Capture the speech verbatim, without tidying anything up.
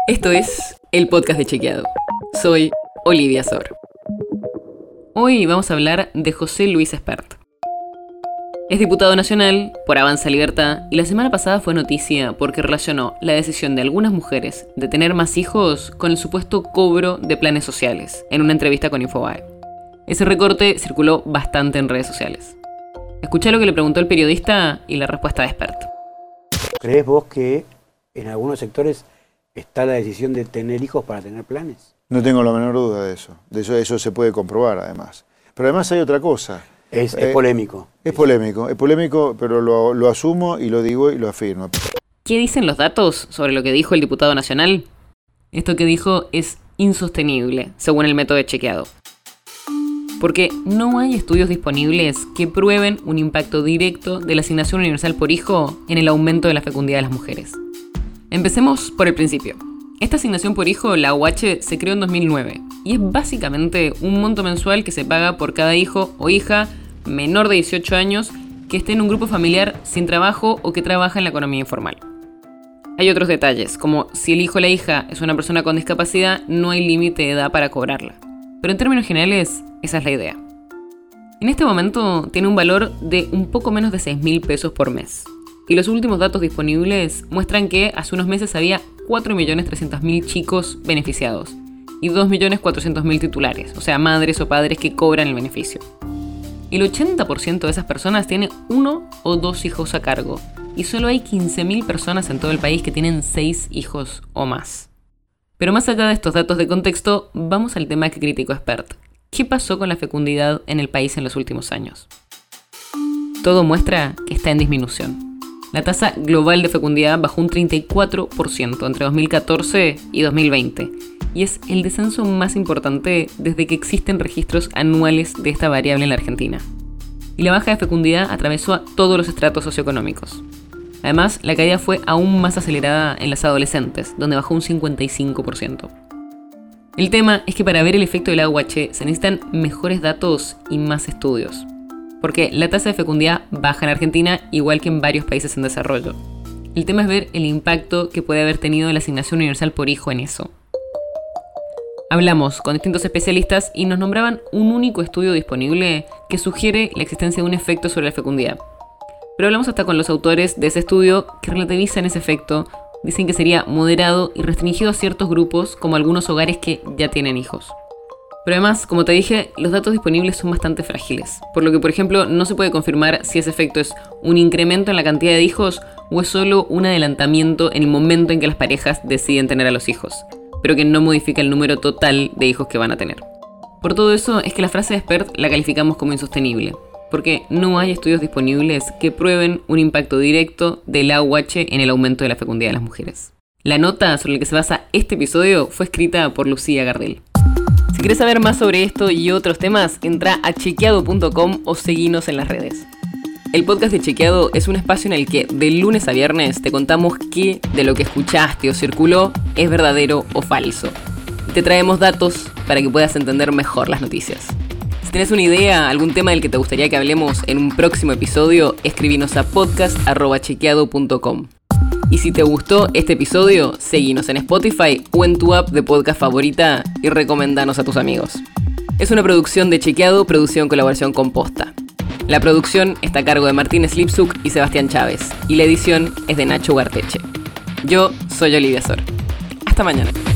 Esto es el podcast de Chequeado. Soy Olivia Sor. Hoy vamos a hablar de José Luis Espert. Es diputado nacional por Avanza Libertad y la semana pasada fue noticia porque relacionó la decisión de algunas mujeres de tener más hijos con el supuesto cobro de planes sociales en una entrevista con Infobae. Ese recorte circuló bastante en redes sociales. Escuchá lo que le preguntó el periodista y la respuesta de Espert. ¿Crees vos que en algunos sectores está la decisión de tener hijos para tener planes? No tengo la menor duda de eso. De eso, eso se puede comprobar, además. Pero además hay otra cosa. Es, eh, es polémico. Es polémico, es polémico, pero lo, lo asumo y lo digo y lo afirmo. ¿Qué dicen los datos sobre lo que dijo el diputado nacional? Esto que dijo es insostenible, según el método de Chequeado. Porque no hay estudios disponibles que prueben un impacto directo de la asignación universal por hijo en el aumento de la fecundidad de las mujeres. Empecemos por el principio. Esta asignación por hijo, la A U H, se creó en dos mil nueve y es básicamente un monto mensual que se paga por cada hijo o hija menor de dieciocho años que esté en un grupo familiar sin trabajo o que trabaja en la economía informal. Hay otros detalles, como si el hijo o la hija es una persona con discapacidad, no hay límite de edad para cobrarla. Pero en términos generales, esa es la idea. En este momento tiene un valor de un poco menos de seis mil pesos por mes. Y los últimos datos disponibles muestran que hace unos meses había cuatro millones trescientos mil chicos beneficiados y dos millones cuatrocientos mil titulares, o sea, madres o padres que cobran el beneficio. El ochenta por ciento de esas personas tiene uno o dos hijos a cargo y solo hay quince mil personas en todo el país que tienen seis hijos o más. Pero más allá de estos datos de contexto, vamos al tema que criticó Espert. ¿Qué pasó con la fecundidad en el país en los últimos años? Todo muestra que está en disminución. La tasa global de fecundidad bajó un treinta y cuatro por ciento entre dos mil catorce y dos mil veinte, y es el descenso más importante desde que existen registros anuales de esta variable en la Argentina. Y la baja de fecundidad atravesó a todos los estratos socioeconómicos. Además, la caída fue aún más acelerada en las adolescentes, donde bajó un cincuenta y cinco por ciento. El tema es que para ver el efecto del A U H se necesitan mejores datos y más estudios, porque la tasa de fecundidad baja en Argentina igual que en varios países en desarrollo. El tema es ver el impacto que puede haber tenido la asignación universal por hijo en eso. Hablamos con distintos especialistas y nos nombraban un único estudio disponible que sugiere la existencia de un efecto sobre la fecundidad. Pero hablamos hasta con los autores de ese estudio que relativizan ese efecto, dicen que sería moderado y restringido a ciertos grupos, como algunos hogares que ya tienen hijos. Pero además, como te dije, los datos disponibles son bastante frágiles, por lo que, por ejemplo, no se puede confirmar si ese efecto es un incremento en la cantidad de hijos o es solo un adelantamiento en el momento en que las parejas deciden tener a los hijos, pero que no modifica el número total de hijos que van a tener. Por todo eso es que la frase de Espert la calificamos como insostenible, porque no hay estudios disponibles que prueben un impacto directo del A U H en el aumento de la fecundidad de las mujeres. La nota sobre la que se basa este episodio fue escrita por Lucía Gardel. Si querés saber más sobre esto y otros temas, entra a chequeado punto com o seguinos en las redes. El podcast de Chequeado es un espacio en el que de lunes a viernes te contamos qué de lo que escuchaste o circuló es verdadero o falso. Y te traemos datos para que puedas entender mejor las noticias. Si tenés una idea, algún tema del que te gustaría que hablemos en un próximo episodio, escribinos a podcast arroba chequeado punto com. Y si te gustó este episodio, seguinos en Spotify o en tu app de podcast favorita y recomendanos a tus amigos. Es una producción de Chequeado, producción en colaboración con Posta. La producción está a cargo de Martín Slipsuk y Sebastián Chávez, y la edición es de Nacho Garteche. Yo soy Olivia Sor. Hasta mañana.